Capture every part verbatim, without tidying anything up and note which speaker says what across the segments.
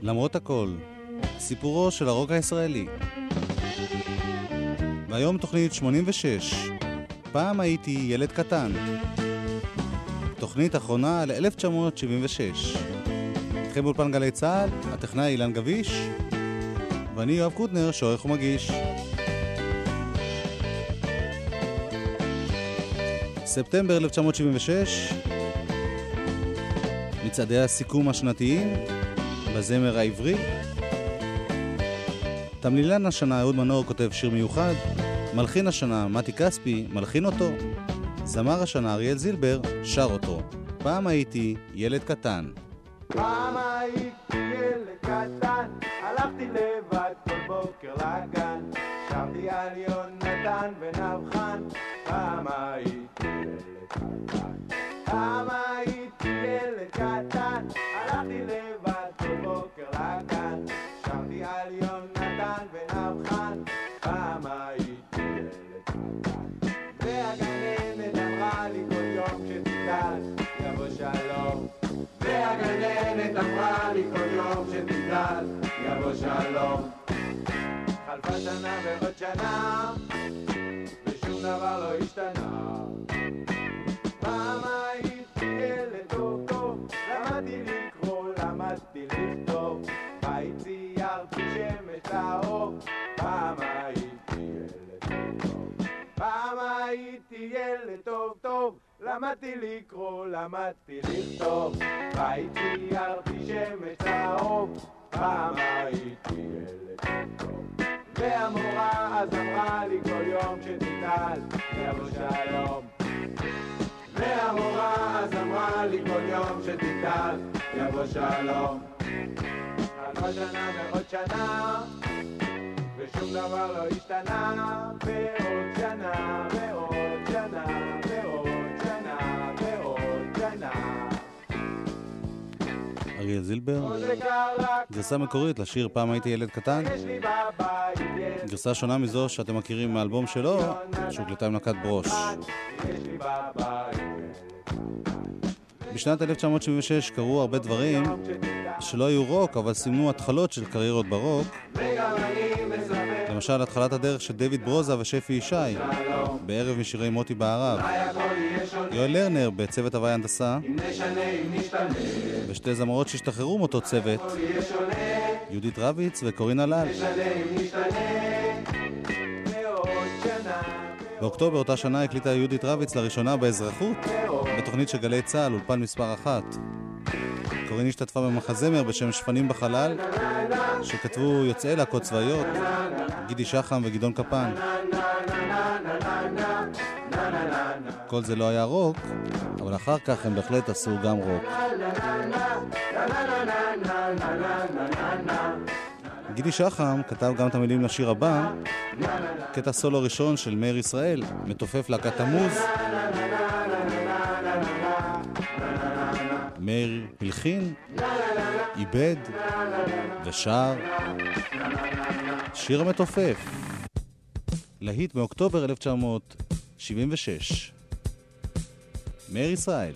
Speaker 1: למרות הכל, סיפורו של הרוק הישראלי. והיום תוכנית שמונים ושש, פעם הייתי ילד קטן. תוכנית אחרונה ל-אלף תשע מאות שבעים ושש. איתכם באולפן גלי צהל, הטכנאי אילן גביש, ואני יואב קוטנר, שעורך ומגיש. ספטמבר אלף תשע מאות שבעים ושש, מצעדי הסיכום השנתיים בזמר העברי. תמלילן השנה אהוד מנור כותב שיר מיוחד, מלחין השנה מתי כספי מלחין אותו, זמר השנה אריאל זילבר שר אותו. פעם הייתי ילד קטן.
Speaker 2: פעם הייתי ילד קטן, הלכתי לבד כל בוקר לגן, שרתי על יונתן ונבחן. פעם הייתי ילד קטן, פעם הייתי ילד קטן, הלכתי לבד כל בוקר לגן, שרתי על יונתן ונבחן. פעם הייתי ילד קטן, והגננת אמרה לי כל יום שתגדל יבוא שלום, והגננת אמרה לי כל יום שתגדל יבוא שלום. חלפה שנה ועוד שנה ושום דבר לא השתנה. פעם הייתי ילד טוב טוב, למדתי לקרוא, למדתי לכתוב, בית ציירתי שמש לאור. פעם הייתי ילד טוב טוב, פעם הייתי ילד טוב טוב, למדתי לקרוא, למדתי לכתוב, בית ציירתי שמש לאור. פעם הייתי ילד טוב טוב, והמורה אז אמרה לי כל יום שתגדל יבוא שלום, והמורה אז אמרה לי כל יום שתגדל יבוא שלום. חלפה שנה ועוד שנה ושום דבר לא השתנה, ועוד שנה ועוד שנה ועוד שנה ועוד שנה.
Speaker 1: אריאל זילבר, גרסה מקורית לשיר פעם הייתי ילד קטן, גרסה שונה מזו שאתם מכירים מהאלבום שלו שהוקלטה עם להקת ברוש. בשנת אלף תשע מאות שבעים ושש קרו הרבה דברים שלא היו רוק, אבל סימנו התחלות של קריירות ברוק. למשל התחלת הדרך של דיוויד ברוזה ושפי ישי בערב משירי מוטי בערב, יואל לרנר בצוות הוואי הנדסה, ושתי זמרות שהשתחררו מאותו צוות, יהודית רביץ וקורין הלל. באוקטובר אותה שנה הקליטה יהודית רביץ לראשונה באזרחות בתוכנית של גלי צהל, אולפן מספר אחת. קורין השתתפה במחזמר בשם שפנים בחלל שכתבו יוצאי להקות צבאיות, גידי שחם וגדעון קפן. כל זה לא היה רוק, אבל אחר כך הם בהחלט עשו גם רוק. גידי שחם כתב גם את המילים לשיר הבא, קטע סולו ראשון של מאיר ישראל, מתופף להקת תמוז. מאיר הלחין, איבד ושר שיר המתופף, להיט מאוקטובר אלף תשע מאות שבעים ושש. מאיר ישראל.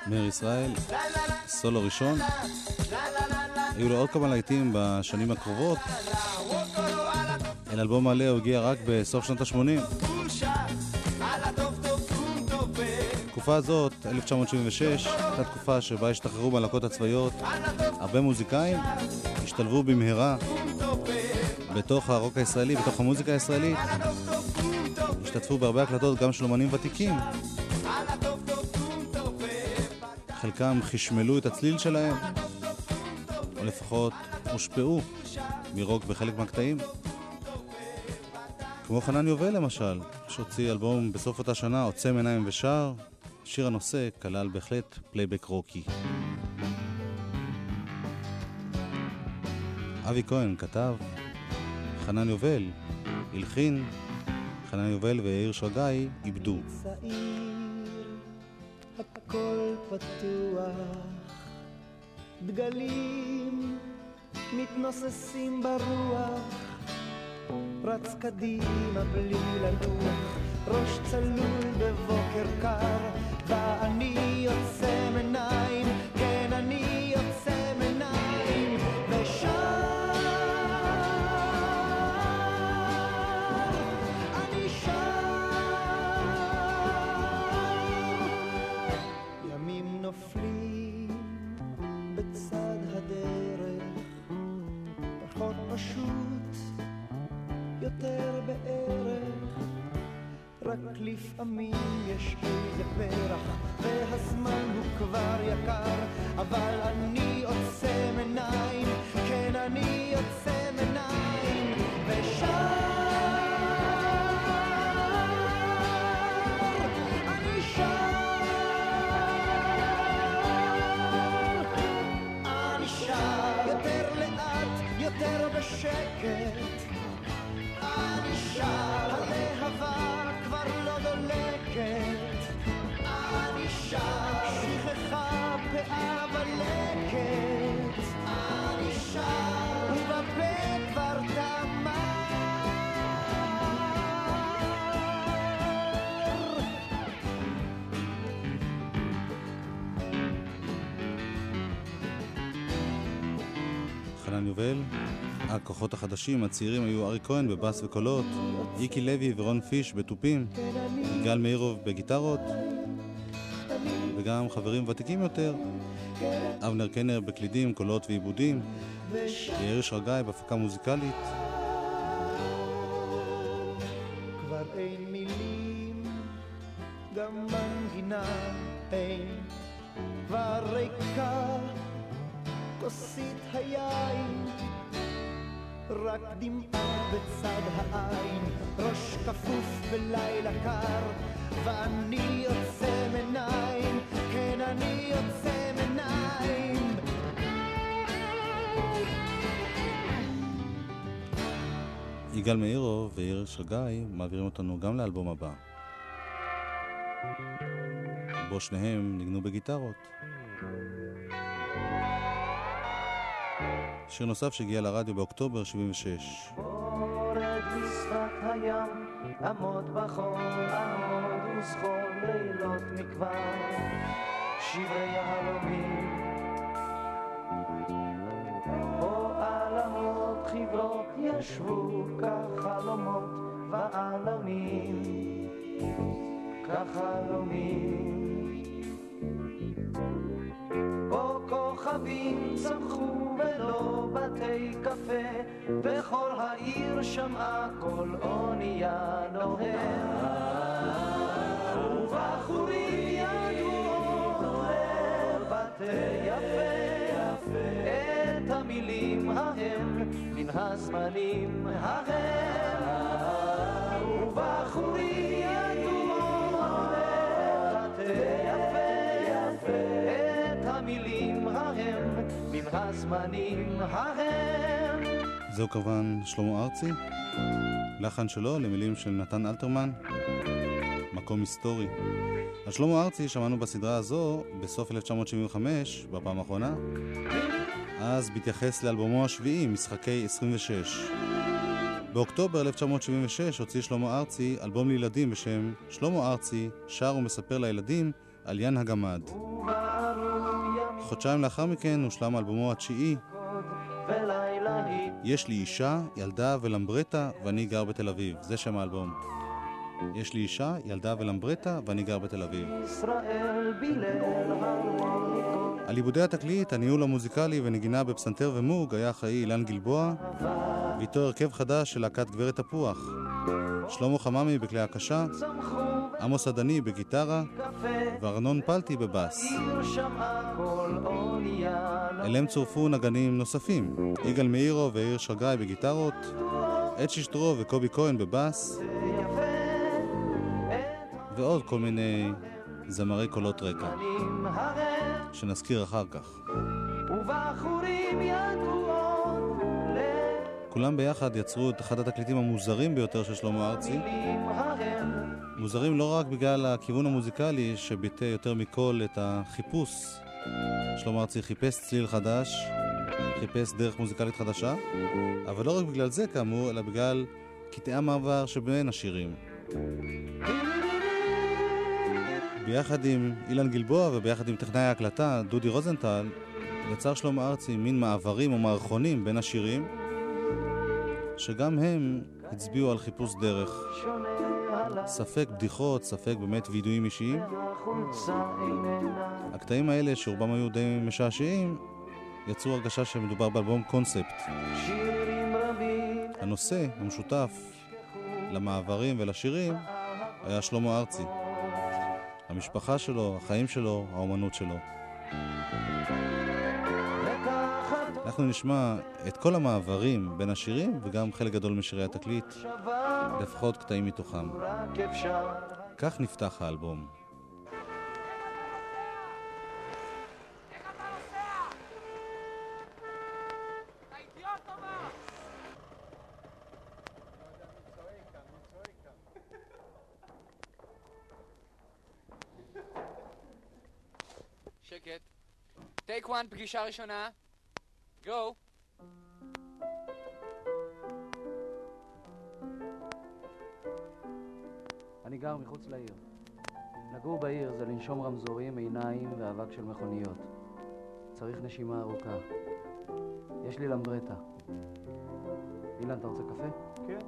Speaker 1: מאיר ישראל, סולו ראשון. היו לו עוד כמה להיטים בשנים הקרובות. אל אלבום מלא הוא הגיע רק בסוף שנות ה-שמונים. התקופה הזאת, אלף תשע מאות שבעים ושש, הייתה תקופה שבה השתחררו מהלהקות הצבאיות. הרבה מוזיקאים השתלבו במהרה בתוך הרוק הישראלי, בתוך המוזיקה הישראלית. השתתפו בהרבה הקלטות גם של אומנים ותיקים. חלקם חשמלו את הצליל שלהם, או לפחות הושפעו מרוק בחלק מהקטעים. כמו חנן יובל למשל, שהוציא אלבום בסוף אותה שנה, עוצם עיניים ושר. שיר הנושא כלל בהחלט פלייבק רוקי. אבי כהן כתב, חנן יובל הלחין, חנן יובל ויאיר שרגאי איבדו.
Speaker 3: הכל פתוח, דגלים מתנוססים ברוח, רץ קדימה בלי לנוח, ראש צלול בבוקר קר, ואני יוצא מניים, כן אני יוצא מניים, ושר, אני שר. ימים נופלים בצד הדרך, פחות פשוט, יותר בערך, רק לפעמים יש איזה פרח, והזמן הוא כבר יקר, אבל אני עוצם עיניים, כן אני עוצם עיניים, ושר, אני שר, אני שר, יותר לאט, יותר בשקט, אני שר, הלהבה כבר לא דולקת, אני שר, שכחה פאה בלקת, אני שר, ובפה כבר תמר.
Speaker 1: חנן יובל. הכוחות החדשים, הצעירים, היו ארי כהן בבאס וקולות, איקי לוי ורון פיש בטופים, גל מאירוב בגיטרות, וגם חברים ותיקים יותר, אבנר קנר בקלידים, קולות ועיבודים, יאיר שרגאי בהפקה מוזיקלית.
Speaker 3: כבר אין מילים, גם מנגינה אין, כבר ריקה כוסית היין, רק דמעה בצד העין, ראש כפוף בלילה קר, ואני יוצא מניים, כן אני יוצא מניים.
Speaker 1: יגאל מאירוב ויאיר שרגאי מעבירים אותנו גם לאלבום הבא, בו שניהם ניגנו בגיטרות. שיר נוסף שהגיע לרדיו באוקטובר שבעים ושש.
Speaker 4: בורד בשפת הים, עמוד בחול, עמוד וזכור לילות מכבר, שברי יהלומים. פה על עמוד חברות ישבו כחלומות ועלמים, כחלומים. פה כוכבים צמחו ולא בתי קפה, בכל העיר שמעה כל אונייה נוהם, ובחורים ידעו לבטא יפה את המילים ההם מן הזמנים ההם, ובחורים ידעו לבטא יפה את המילים ההם מן הזמנים ההם.
Speaker 1: זהו כמובן שלמה ארצי, לחן שלו למילים של נתן אלתרמן, מקום היסטורי. על שלמה ארצי שמענו בסדרה הזו בסוף אלף תשע מאות שבעים וחמש, בפעם האחרונה, אז בהתייחס לאלבומו השביעי, משחקי עשרים ושש. באוקטובר אלף תשע מאות שבעים ושש הוציא שלמה ארצי אלבום לילדים בשם שלמה ארצי שר ומספר לילדים על ין הגמד. וחודשיים לאחר מכן הושלם אלבומו התשיעי, יש לי אישה, ילדה ולמברטה ואני גר בתל אביב. זה שם האלבום. יש לי אישה, ילדה ולמברטה ואני גר בתל אביב. על עיבודי התקליט, הניהול המוזיקלי ונגינה בפסנתר ומוג היה אחראי אילן גלבוע, ואיתו הרכב חדש של להקת גברת תפוח. שלמה חממי בכלי הקשה, עמוס עדני בגיטרה וארנון פלטי בבאס. אליהם צורפו נגנים נוספים, יגאל מאירו ואיר שרגאי בגיטרות, עד שישטרו וקובי כהן בבאס, ועוד כל מיני זמרי קולות רקע שנזכיר אחר כך. כולם ביחד יצרו את אחד התקליטים המוזרים ביותר של שלמה ארצי. מוזרים לא רק בגלל הכיוון המוזיקלי שביטא יותר מכל את החיפוש. שלמה ארצי חיפש צליל חדש, חיפש דרך מוזיקלית חדשה, אבל לא רק בגלל זה כאמור, אלא בגלל קטעי המעבר שבין השירים. ביחד עם אילן גלבוע וביחד עם טכנאי ההקלטה דודי רוזנטל, יצר שלמה ארצי מין מעברים או מערכונים בין השירים, שגם הם הצביעו על חיפוש דרך. ספק בדיחות, ספק באמת וידועים אישיים. הקטעים האלה, שרובם היו די משעשעים, יצרו הרגשה שמדובר באלבום קונספט. הנושא המשותף למעברים ולשירים היה שלמה ארצי. המשפחה שלו, החיים שלו, האומנות שלו. אנחנו נשמע את כל המעברים בין השירים וגם חלק גדול משירי התקליט, לפחות קטעים מתוכם. כך נפתח האלבום.
Speaker 5: שקט. טייק וואן, פגישה ראשונה. גו.
Speaker 6: אני גר מחוץ לעיר. לגור בעיר זה לנשום רמזורים, עיניים ואבק של מכוניות. צריך נשימה ארוכה. יש לי למברטה. אילן, אתה רוצה קפה?
Speaker 3: כן.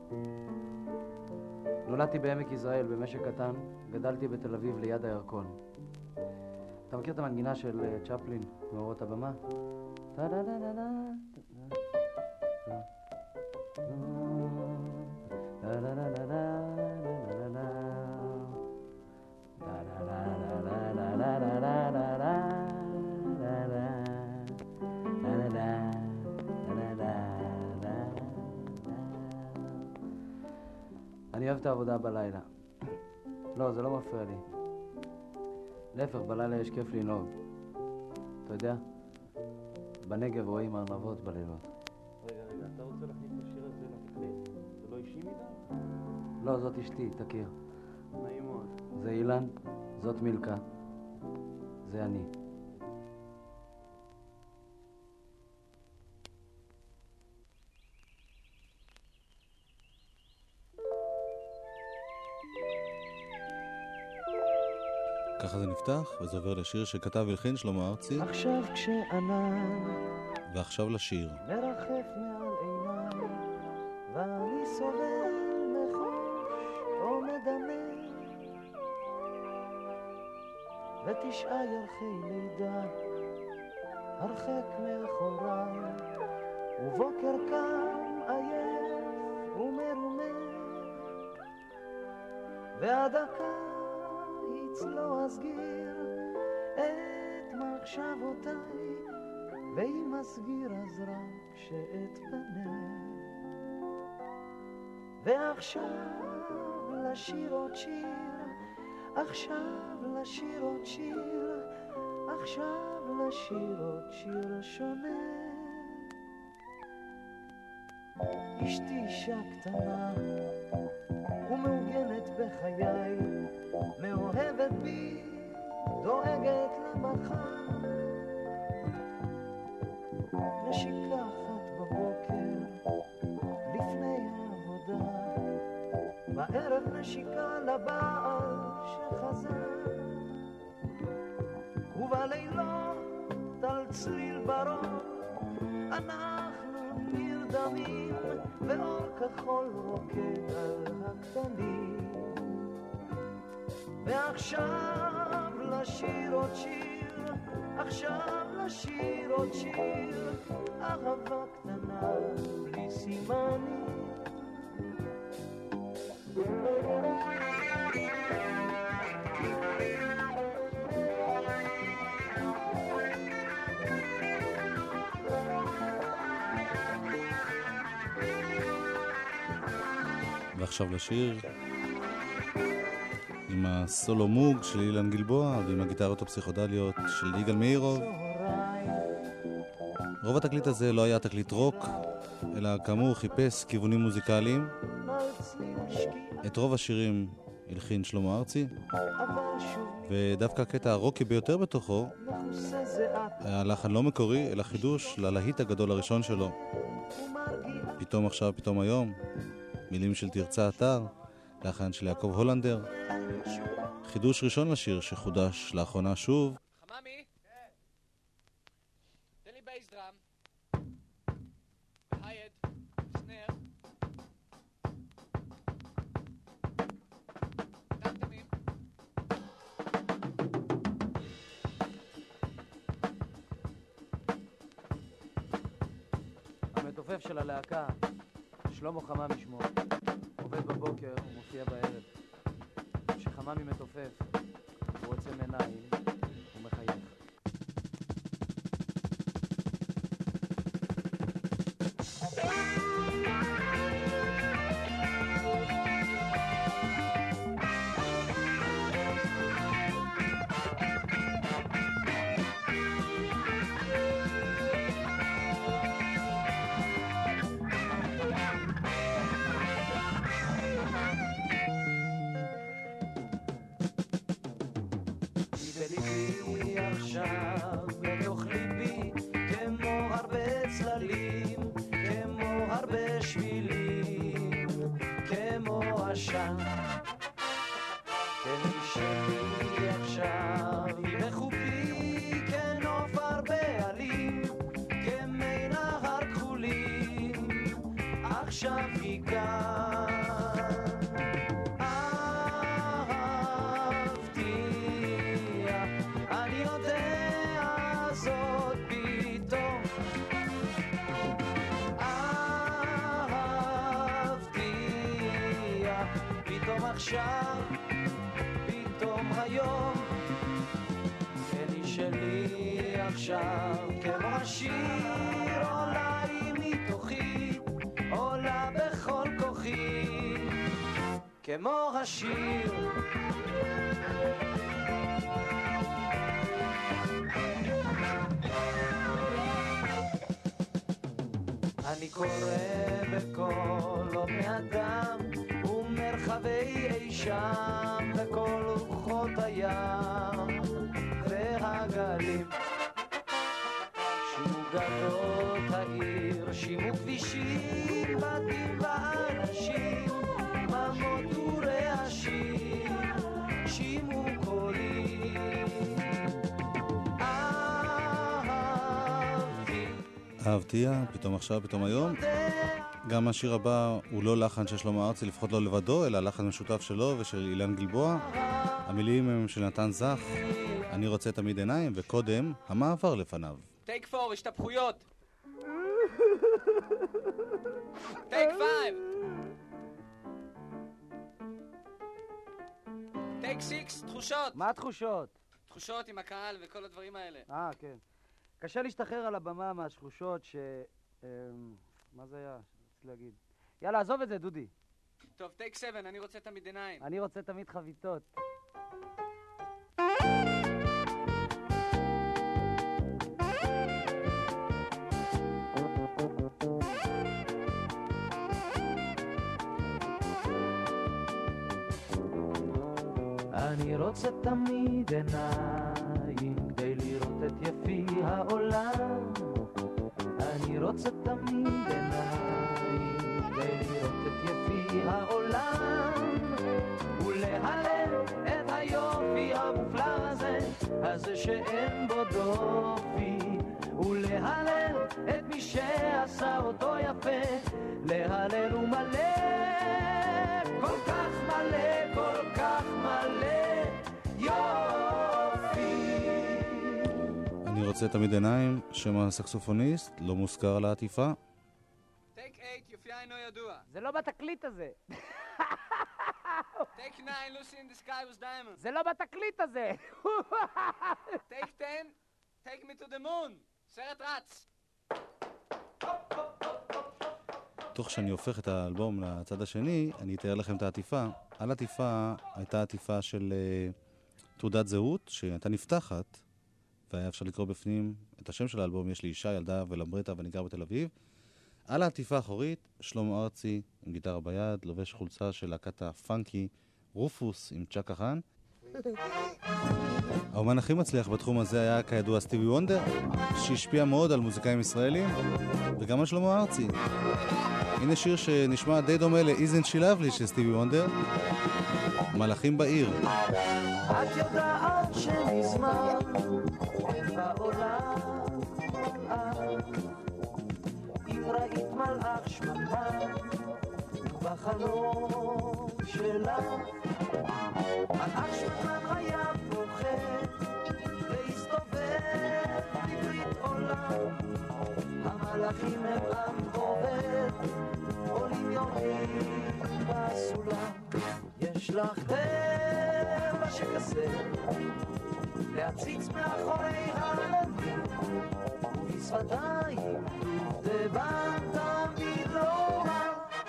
Speaker 6: נולדתי בעמק יזרעאל במשק קטן, גדלתי בתל אביב ליד הירקון. אתה מכיר את המנגינה של צ'פלין, מאורות הבמה? אני אוהב את העבודה בלילה. לא, זה לא מפריע לי. להפך, בלילה יש כיף לנהוג. אתה יודע, בנגב רואים ארנבות בלילות.
Speaker 7: רגע, רגע, אתה רוצה להכניס את השיר הזה לתקליט? זה לא אישי מדי?
Speaker 6: לא, זאת אשתי, תכיר.
Speaker 7: נעים מאוד.
Speaker 6: זה אילן, זאת מילכה. זה אני.
Speaker 1: ככה זה נפתח, וזה עובר לשיר שכתב ולחין שלמה ארצי.
Speaker 3: עכשיו כשענן
Speaker 1: ועכשיו לשיר.
Speaker 3: מרחף מעל עיניי, ואני סובל מחוש או מדמה, ותשעה ירחי לידה הרחק מאחוריי, ובוקר קם עייף ומרומה, והדקה אצלו אסגיר את מחשבותיי, ואם אסגיר אז רק שאתפנה. ועכשיו לשיר עוד שיר, עכשיו לשיר עוד שיר, עכשיו לשיר עוד שיר שונה. אשתי אישה קטנה ומעוגנת בחיי, מאוהבת בי, דואגת למחר. נשיקה אחת בבוקר לפני העבודה, בערב נשיקה לבעל שחזר, ובלילות צליל ברון, אנחנו נרדמים, ואור כחול רוקד על הקטנים. ועכשיו לשיר עוד שיר, עכשיו לשיר עוד שיר, אהבה קטנה בלי סימנים.
Speaker 1: ועכשיו לשיר עם הסולו מוג של אילן גלבוע ועם הגיטרות הפסיכודליות של יגאל מאירוב. רוב התקליט הזה לא היה תקליט רוק, אלא כאמור חיפש כיוונים מוזיקליים. את רוב השירים הלחין שלמה ארצי, ודווקא הקטע הרוקי ביותר בתוכו היה לחן לא מקורי, אלא חידוש ללהיט הגדול הראשון שלו, פתאום עכשיו פתאום היום, מילים של תרצה אתר, לחן של יעקב הולנדר. חידוש ראשון לשיר שחודש לאחרונה שוב.
Speaker 5: חממי? כן. תן לי בייס דראם. והייד. סנר. טמטמים.
Speaker 6: המתופף של הלהקה, שלמה חממי שמו, עובד בבוקר ומופיע בערב. כשחממי מתופף, הוא עוצם עיניים ומחייך.
Speaker 3: עכשיו, פתאום היום, אלי שלי עכשיו, כמו השיר עולה היא מתוכי, עולה בכל כוחי, כמו השיר. אני קורא בקול בני אדם ומרחבי אי שם וכל רוחות הים והגלים, שימו גדות העיר, שימו כבישים, בתים ואנשים, ממות ורעשים, שימו קולים.
Speaker 1: אהבתיה, פתאום עכשיו, פתאום היום. גם השיר הבא הוא לא לחן של שלמה ארצי, לפחות לא לבדו, אלא לחן משותף שלו ושל אילן גלבוע. המילים הם של נתן זך, אני רוצה תמיד עיניים, וקודם המעבר לפניו.
Speaker 5: טייק פור, השתפכויות. טייק פייב. טייק סיקס, תחושות.
Speaker 6: מה התחושות?
Speaker 5: תחושות עם הקהל וכל הדברים האלה.
Speaker 6: אה, כן. קשה להשתחרר על הבמה מהתחושות ש... מה זה היה? רציתי להגיד. יאללה, עזוב את זה, דודי.
Speaker 5: טוב, טייק סבן, אני רוצה תמיד עיניים.
Speaker 6: אני רוצה תמיד חביתות.
Speaker 3: אני רוצה תמיד עיניים כדי לראות את יפי העולם. אני רוצה תמיד עיניים כדי לראות את יפי העולם ולהלל את היופי המופלא הזה, הזה שאין בו דופי, את מי שעשה אותו יפה, להלל ומלא, כל כך מלא, כל כך מלא יופי.
Speaker 1: אני רוצה תמיד עיניים, שם הסקסופוניסט, לא מוזכר על העטיפה.
Speaker 5: טייק אייט, יופייה אינו ידוע.
Speaker 6: זה לא בתקליט הזה.
Speaker 5: טייק ניין, לוסי אין דה סקאי ווס דיימונד.
Speaker 6: זה לא בתקליט הזה.
Speaker 5: טייק טן, טייק מי טו דה מון. סרט רץ.
Speaker 1: תוך שאני הופך את האלבום לצד השני, אני אתאר לכם את העטיפה. על העטיפה הייתה עטיפה של uh, תעודת זהות שהייתה נפתחת, והיה אפשר לקרוא בפנים את השם של האלבום, יש לי אישה, ילדה ולמברטה ואני גר בתל אביב. על העטיפה האחורית, שלמה ארצי עם גיטרה ביד, לובש חולצה של להקת הפאנקי, רופוס עם צ'קה חן. האומן הכי מצליח בתחום הזה היה כידוע סטיבי וונדר, שהשפיע מאוד על מוזיקאים ישראלים, וגם על שלמה ארצי. הנה שיר שנשמע די דומה ל-Isn't She Lovely של סטיבי וונדר, מלאכים בעיר.
Speaker 3: את יודעת שמזמן בעולם אם ראית מלאך שממה בחלום שלה, מלאך שממה היה פוחד להסתובב בברית עולם, המלאכים הם עם עובד, עולים יורדים בסולם. יש לך טבע שכזה להציץ מאחורי העננים, ובשפתיים דובדבן תמיד לומר,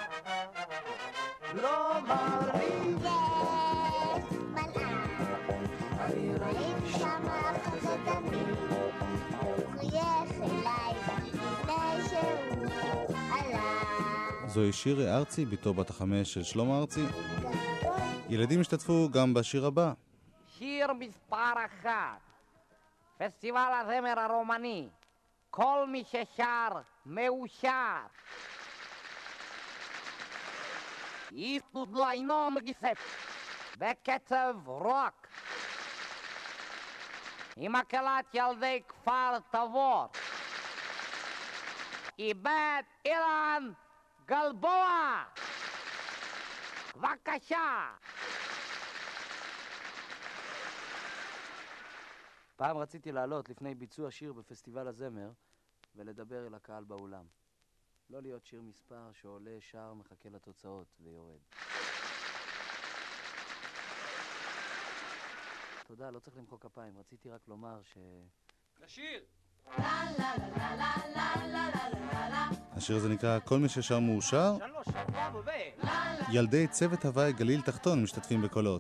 Speaker 3: לומר לי אני ראיתי שמה כזה תמיד, הוא חייך אליי לפני שהוא עלה.
Speaker 1: זוהי שירי ארצי, ביתו בת החמש של שלמה ארצי. ילדים השתתפו גם בשיר הבא.
Speaker 8: שיר מספר אחת, פסטיבל הזמר הרומני, כל מי ששר מאושר. איסטוס לא אינו מגיסף, בקצב רוק, עם מקהלת ילדי כפר תבור, איבד אילן גלבוע. בבקשה.
Speaker 6: פעם רציתי לעלות לפני ביצוע שיר בפסטיבל הזמר ולדבר אל הקהל באולם. לא להיות שיר מספר שעולה, שר, מחכה לתוצאות ויורד. תודה, לא צריך למחוא כפיים. רציתי רק לומר ש...
Speaker 5: לשיר!
Speaker 1: השיר הזה נקרא כל מי ששר מאושר. ילדי צוות הוואי גליל תחתון משתתפים בקולות.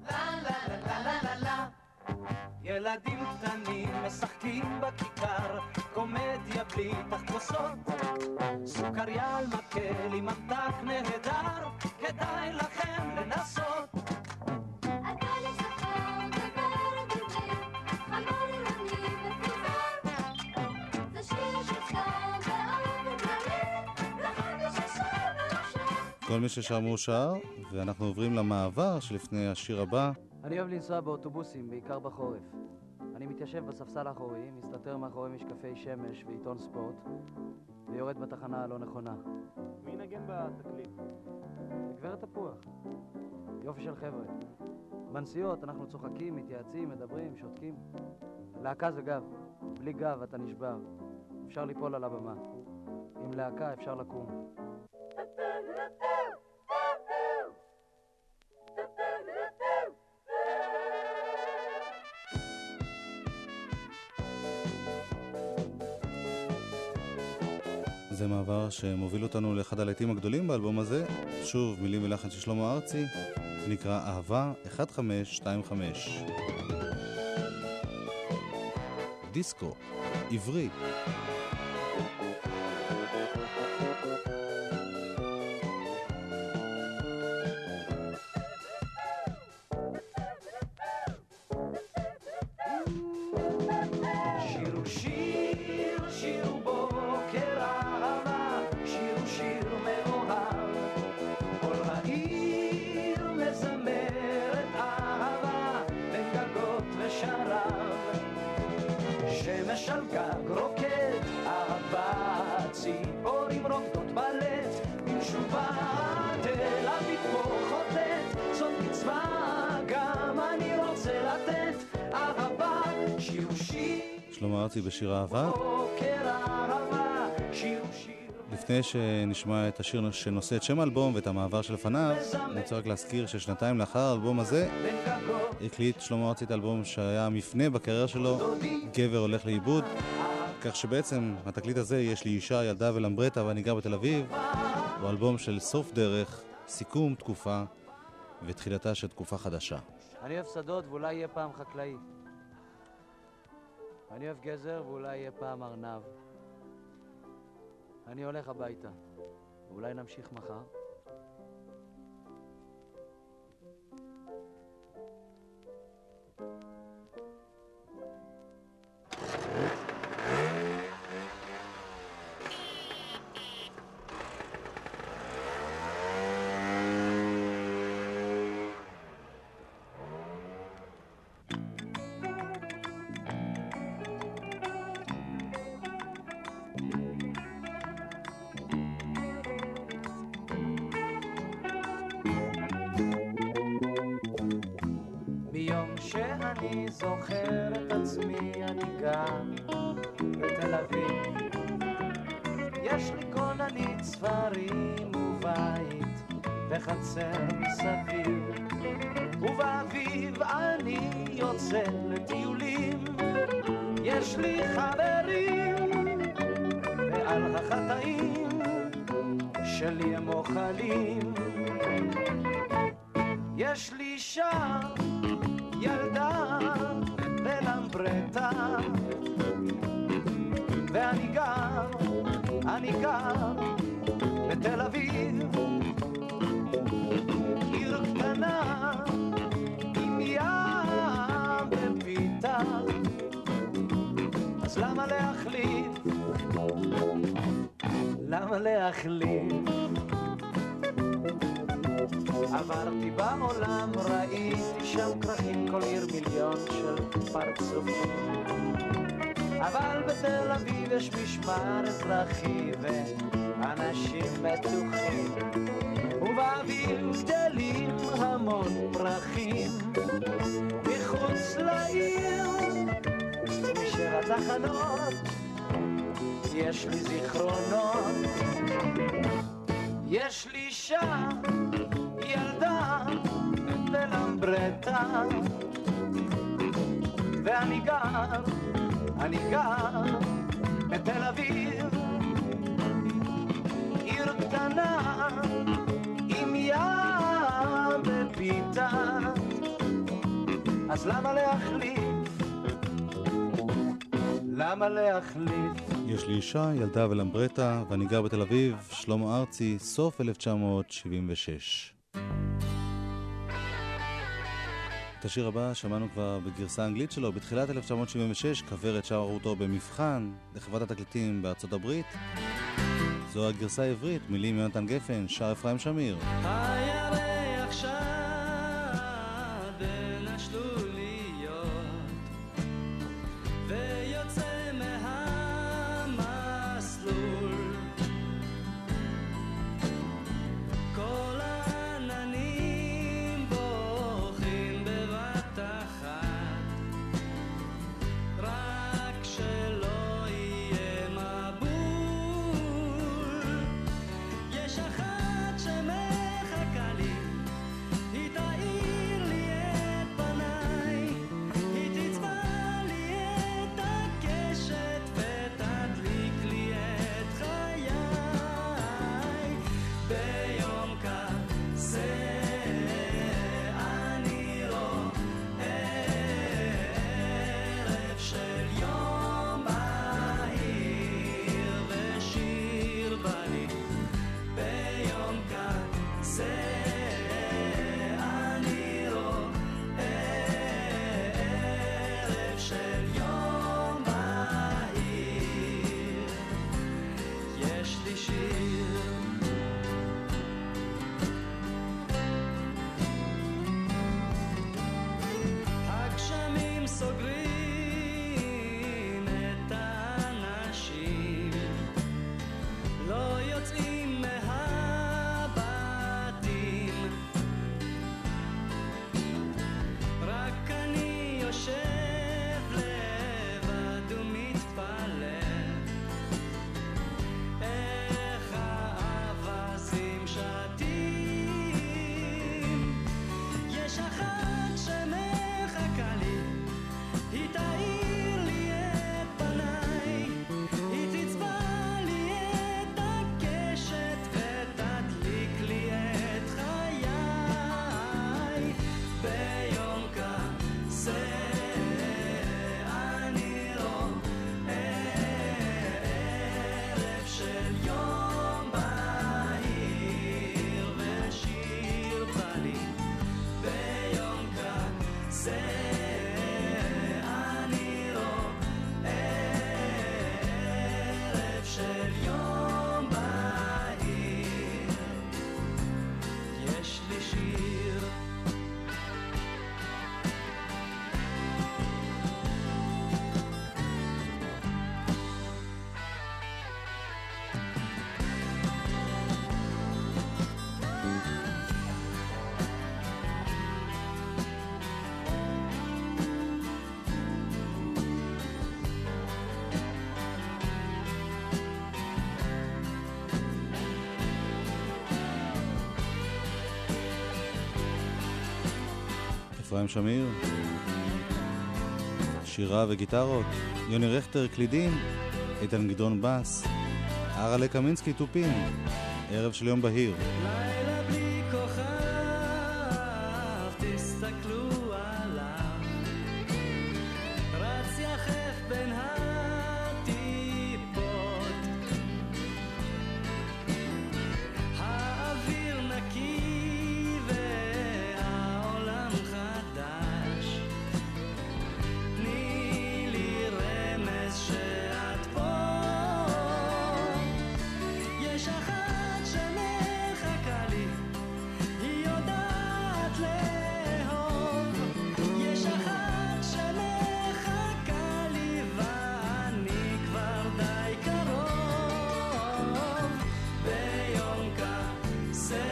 Speaker 3: ילדים קטנים משחקים בכיכר, קומדיה בלי תחפושות, סוכריה על מקל עם ממתק נהדר, כדאי לכם לנסות.
Speaker 9: הכל יספר, דבר דבר, חמור עירוני מפוזר, זה שיר ששר באופן כללי, לכל מי ששר מאושר.
Speaker 1: כל מי ששר מאושר, ואנחנו עוברים למעבר שלפני השיר הבא.
Speaker 6: אני אוהב לנסוע באוטובוסים, בעיקר בחורף. אני מתיישב בספסל האחורי, מסתתר מאחורי משקפי שמש ועיתון ספורט, ויורד בתחנה הלא נכונה.
Speaker 7: מי נגן בתקליט?
Speaker 6: גברת תפוח. יופי של חבר'ה. בנסיעות אנחנו צוחקים, מתייעצים, מדברים, שותקים. להקה זה גב. בלי גב אתה נשבר. אפשר ליפול על הבמה. עם להקה אפשר לקום.
Speaker 1: זה מעבר שמוביל אותנו לאחד הלהיטים הגדולים באלבום הזה. שוב, מילים ולחן של שלמה ארצי, נקרא אהבה אחת חמש שתיים חמש. דיסקו, עברי.
Speaker 3: שמש על גג רוקד
Speaker 1: שלמה ארצי בשיר אהבה. לפני שנשמע את השיר שנושא את שם האלבום ואת המעבר שלפניו, אני רוצה רק להזכיר ששנתיים לאחר האלבום הזה הקליט שלמה ארצי את האלבום שהיה מפנה בקריירה שלו, גבר הולך לאיבוד, כך שבעצם התקליט הזה, יש לי אישה, ילדה ולמברטה ואני גר בתל אביב, הוא אלבום של סוף דרך, סיכום תקופה ותחילתה של תקופה חדשה.
Speaker 6: אני אוהב שדות ואולי יהיה פעם חקלאי. אני אוהב גזר ואולי יהיה פעם ארנב. אני הולך הביתה, ואולי נמשיך מחר.
Speaker 4: שאני זוכר את עצמי, אני גר בתל אביב. יש לי כוננית ספרים ובית וחצר מסביב, ובאביב אני יוצא לטיולים. יש לי חברים ועל החטאים שלי הם אוכלים. יש לי אישה, ילדה ולמברטה, ואני גר, אני גר בתל אביב, עיר קטנה עם ים ופיתה. אז למה להחליף? למה להחליף? עברתי בעולם, ראיתי שם כרכים, כל עיר מיליון של פרצופים, אבל בתל אביב יש משמר אזרחי ואנשים בטוחים, ובאביב גדלים המון פרחים. מחוץ לעיר, משל התחנות, יש לי זיכרונות. יש לי אישה, ילדה ולמברטה, ואני גר, אני גר בתל אביב, עיר קטנה עם ים ופיתה. אז למה להחליף? למה להחליף?
Speaker 1: יש לי אישה, ילדה ולמברטה, ואני גר בתל אביב, שלמה ארצי, סוף אלף תשע מאות שבעים ושש. את השיר הבא שמענו כבר בגרסה האנגלית שלו, בתחילת אלף תשע מאות שבעים ושש, כברת שרה אותו במבחן לחברת התקליטים בארצות הברית. זו הגרסה העברית, מילים יונתן גפן, שר אפרים שמיר.
Speaker 3: הירח שד בין השלוליות ויוצא מהמסלול, כל העננים בורחים בבת אחת, רק שלא יהיה מבול. יש אחת שמחכה
Speaker 1: אפרים שמיר, שירה וגיטרות, יוני רכטר קלידים, איתן גדעון בס, ארלה קמינסקי טופים, ערב של יום בהיר.
Speaker 3: לילה בלי כוכב, תסתכלו עליו, רץ יחף בין הטיפות, האוויר נקי והעולם חדש, תני לי רמז שאת פה, יש אחת שמחכה לי, היא יודעת לאהוב, יש אחת שמחכה לי ואני כבר די קרוב, ביום כזה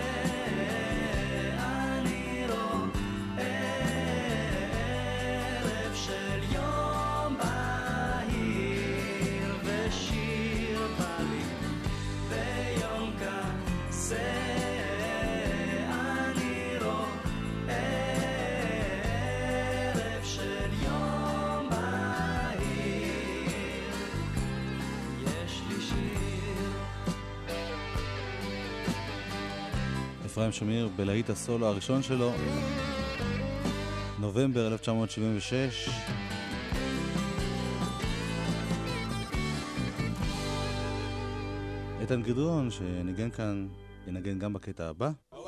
Speaker 3: אני רואה ערב של יום בהיר ושיר בא לי, ביום כזה אני רואה ערב של יום בהיר, יש לי שיר.
Speaker 1: אפרים שמיר בלהיט הסולו הראשון שלו, נובמבר אלף תשע מאות שבעים ושש. איתן גדעון שניגן כאן ינגן גם בקטע הבא.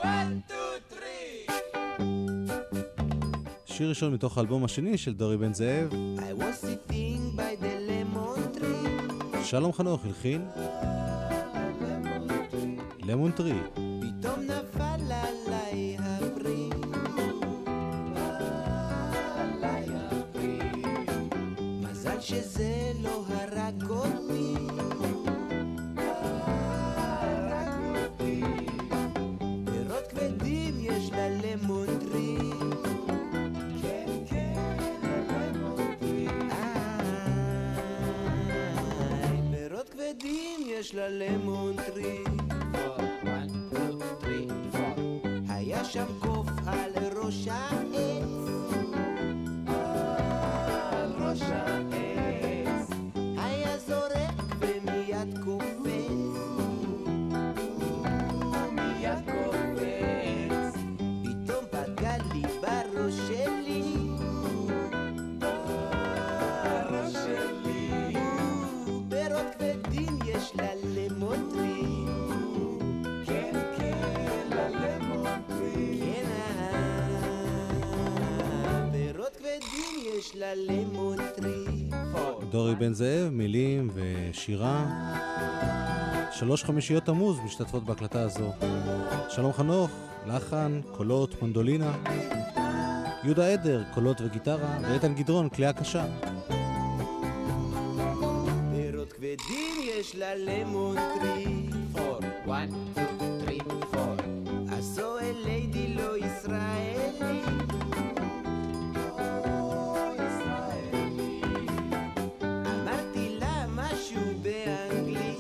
Speaker 1: שיר ראשון מתוך האלבום השני של דורי בן זאב.
Speaker 10: I was sitting by the lemon tree,
Speaker 1: שלום חנוך הלחין למון טרי.
Speaker 10: פתאום נפל עליי הפרי, עליי הפרי, מזל שזה לא הרג אותי, הרג אותי, פירות כבדים יש ללמון טרי, כן כן ללמון טרי, איי, פירות כבדים יש ללמון טרי, היה שם קוף על ראש העץ, על ראש העץ, היה זורק ומיד קופץ, מיד קופץ, פתאום פגע לי בראש שלי, בראש שלי, פירות כבדים יש ללמון טרי, כן כן ללמון טרי, כן פירות כבדים יש ללמון טרי.
Speaker 1: דורי בן זאב, מילים ושירה. שלוש חמישיות תמוז משתתפות בהקלטה הזו. שלום חנוך, לחן, קולות, מנדולינה. יהודה עדר, קולות וגיטרה. ואיתן גדרון, כלי הקשה.
Speaker 10: פירות כבדים יש ללמון טרי,
Speaker 5: Four, one, two, three, four.
Speaker 10: עשו אל ליידי לא ישראלי, אמרתי לה משהו באנגלית,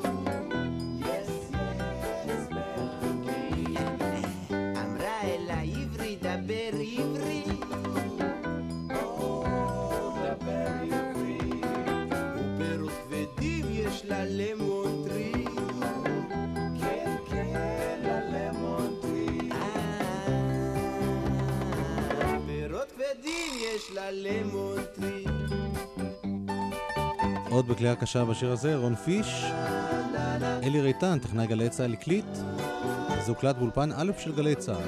Speaker 10: אמרה אליי עברי דבר עברי, ופירות כבדים יש ללמון טרי, כן כן ללמון טרי, פירות כבדים יש ללמון טרי.
Speaker 1: עוד בכלי הקשה בשיר הזה, רון פיש. אלי ריטן, טכנאי גלי צהל הקליט. זה הוקלט באולפן א' של גלי צהל.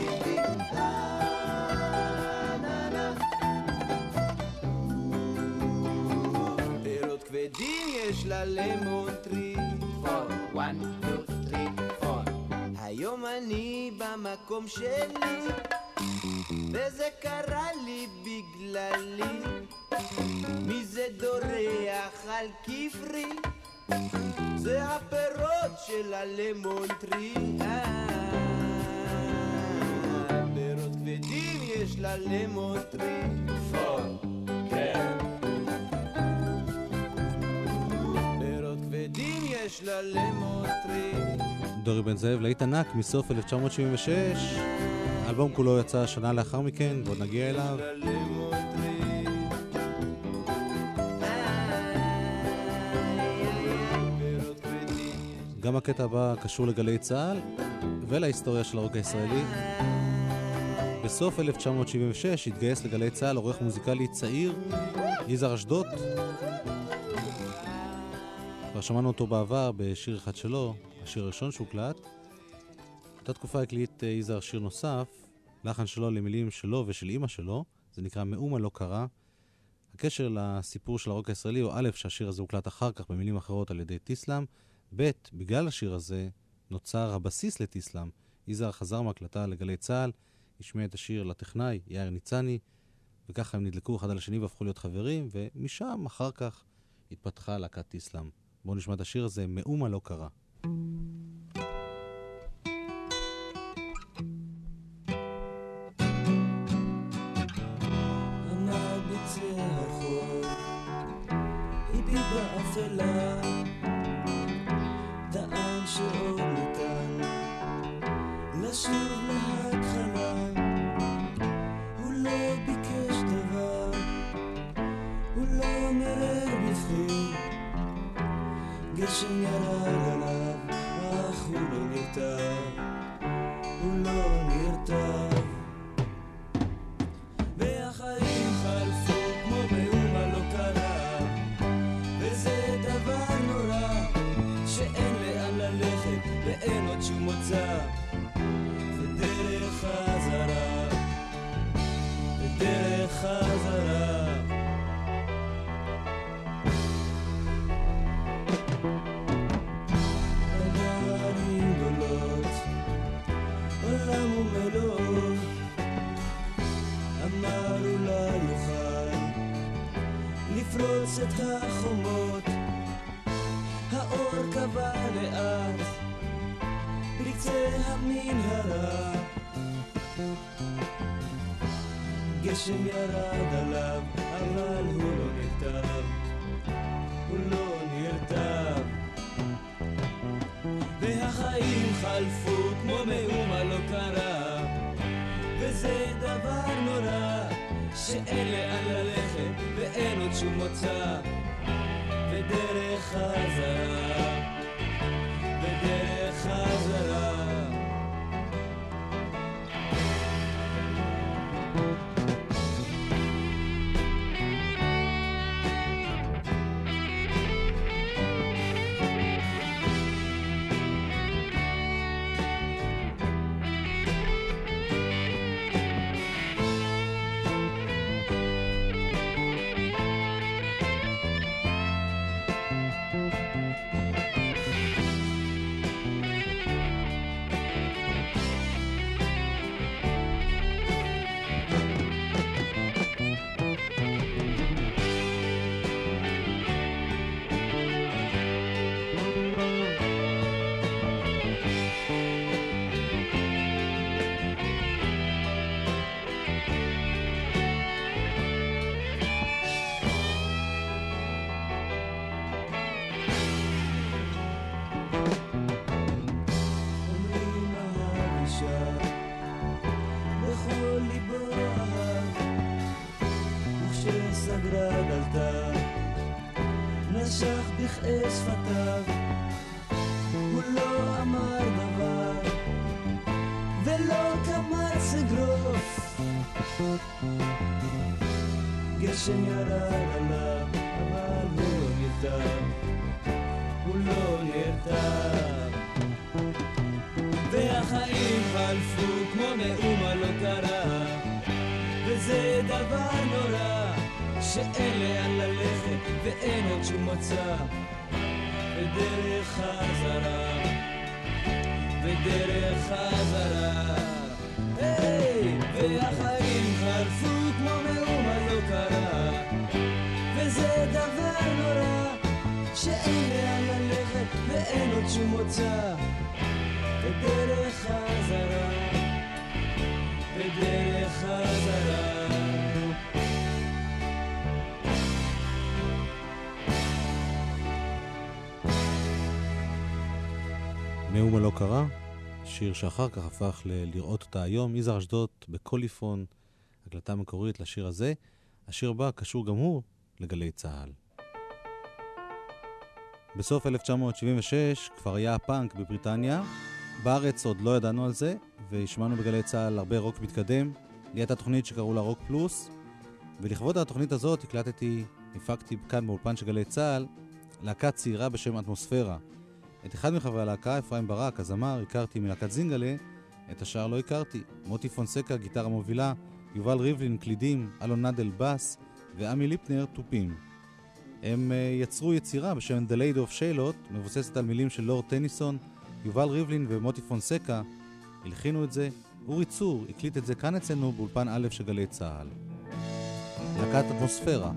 Speaker 10: פירות כבדים יש ללמון טרי,
Speaker 5: Four, one, two, three, four.
Speaker 10: היום אני במקום שלי, וזה קרה לי בגללי, מי זה דורח על כפרי, זה הפירות של הלמון טרי, פירות כבדים יש ללמון טרי, פירות כבדים יש ללמון טרי.
Speaker 1: דורי בן זאב, להיט ענק מסוף אלף תשע מאות שבעים ושש, האלבום כולו יצא שנה לאחר מכן, ועוד נגיע אליו. גם הקטע הבא קשור לגלי צהל ולהיסטוריה של הרוק הישראלי. בסוף אלף תשע מאות שבעים ושש התגייס לגלי צהל עורך מוזיקלי צעיר, יזהר אשדות. כבר שמענו אותו בעבר בשיר אחד שלו, השיר הראשון שהוקלט. אותה תקופה הקליט יזהר שיר נוסף, לחן שלו למילים שלו ושל אמא שלו, זה נקרא מאומה לא קרה. הקשר לסיפור של הרוק הישראלי הוא א', שהשיר הזה הוקלט אחר כך במילים אחרות על ידי טיסלאם, ב', בגלל השיר הזה נוצר הבסיס לטיסלאם. יזהר חזר מהקלטה לגלי צהל, השמיע את השיר לטכנאי יאיר ניצני, וככה הם נדלקו אחד על השני והפכו להיות חברים, ומשם אחר כך התפתחה להקת טיסלאם. בואו נשמע את השיר הזה, מאומה לא קרה.
Speaker 10: עמד בצע הרחוב, הביט באפלה, טען שעוד ניתן לשוב להתחלה. הוא לא ביקש דבר, הוא לא מרר בפנים, גשם ירד עליו, אך הוא לא נרתע, הוא לא נרתע. והחיים חלפו כמו מאומה לא קרה, וזה דבר נורא שאין לאן ללכת ואין עוד שום מוצא. ודרך חזרה, ודרך חזרה. ערים גדולות, עולם ומלוא, אמר אולי יוכל לפרוץ את החומות. האור קבע לאט בקצה המנהרה, גשם ירד עליו אבל הוא לא נרטב, הוא לא נרטב. והחיים חלפו כמו מאומה לא קרה, וזה דבר נורא שאין לאן ללכת ואין עוד שום מוצא. ודרך חזרה, ודרך חזרה. שפתיו, הוא לא אמר דבר ולא קמץ אגרוף. גשם ירד עליו אבל הוא לא נרטב, הוא לא נרטב. והחיים חלפו כמו מאומה לא קרה, וזה דבר נורא שאין לאן ללכת ואין עוד שום מוצא. ודרך חזרה, ודרך חזרה. היי, והחיים חלפו כמו מאומה לא קרה, וזה דבר נורא שאין לאן ללכת ואין עוד שום מוצא. ודרך חזרה, ודרך חזרה.
Speaker 1: מאומה לא קרה, שיר שאחר כך הפך ל- לראות אותה היום, יזהר אשדוד בקוליפון, הקלטה מקורית לשיר הזה. השיר הבא קשור גם הוא לגלי צהל. בסוף אלף תשע מאות שבעים ושש כבר היה הפאנק בבריטניה, בארץ עוד לא ידענו על זה, והשמענו בגלי צהל הרבה רוק מתקדם. לי הייתה תוכנית שקראו לה רוק פלוס, ולכבוד התוכנית הזאת הקלטתי, הפקתי כאן באולפן של גלי צהל, להקה צעירה בשם אטמוספירה. את אחד מחברי הלהקה, אפרים ברק, הזמר, הכרתי מלהקת זינגלה, את השאר לא הכרתי. מוטי פונסקה, גיטרה מובילה, יובל ריבלין, קלידים, אלון נדל, בס, ועמי ליפנר, טופים. הם uh, יצרו יצירה בשם The Lady of Shalott, מבוססת על מילים של לורד טניסון. יובל ריבלין ומוטי פונסקה הלחינו את זה. אורי צור הקליט את זה כאן אצלנו באולפן א' של גלי צהל. להקת אטמוספירה.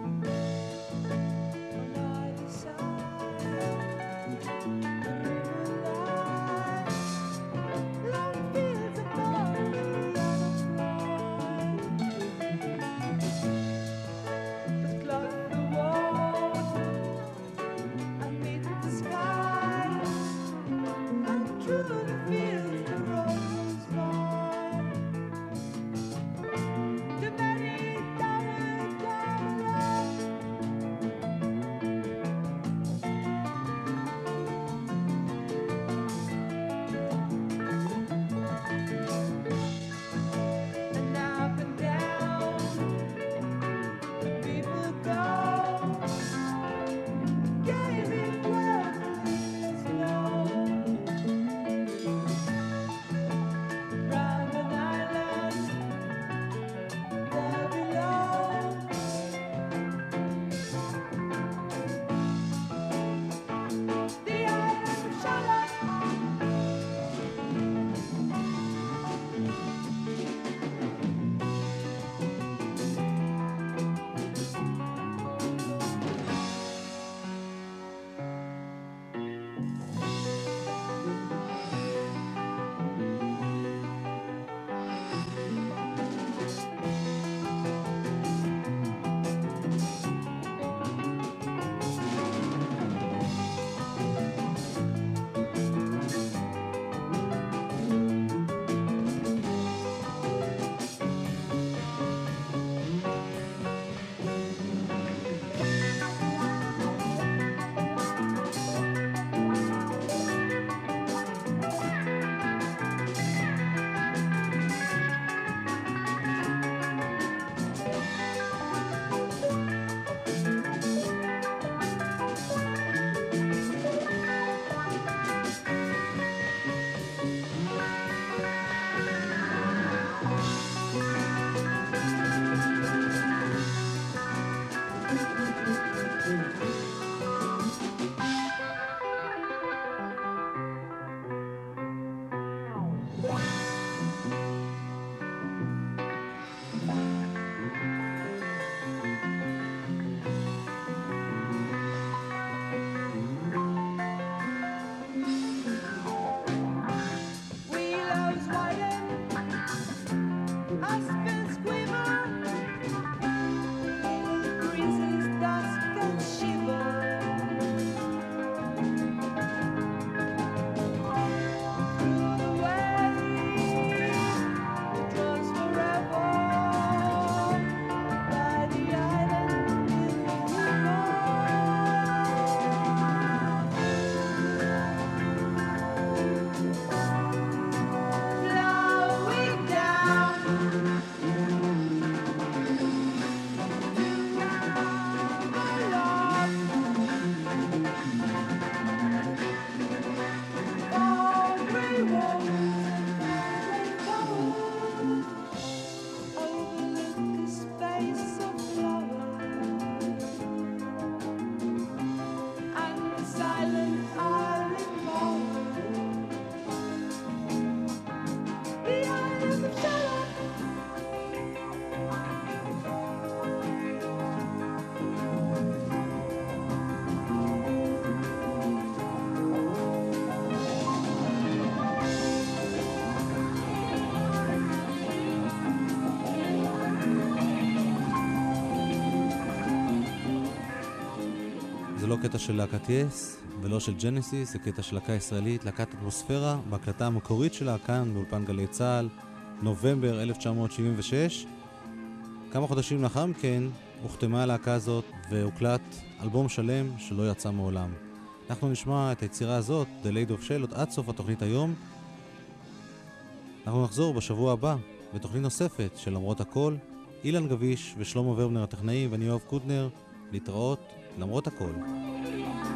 Speaker 10: On either side, the river
Speaker 1: לא קטע של להקת יס ולא של ג'נסיס, זה קטע של להקה ישראלית, להקת אטמוספירה, בהקלטה המקורית שלה כאן באולפן גלי צהל, נובמבר אלף תשע מאות שבעים ושש. כמה חודשים לאחר מכן הוחתמה הלהקה הזאת והוקלט אלבום שלם שלא יצא מעולם. אנחנו נשמע את היצירה הזאת, The Lady of Shalott, עד סוף התוכנית היום. אנחנו נחזור בשבוע הבא בתוכנית נוספת של למרות הכל. אילן גביש ושלמה ורבנר הטכנאים ואני יואב קודנר, להתראות למרות הכל.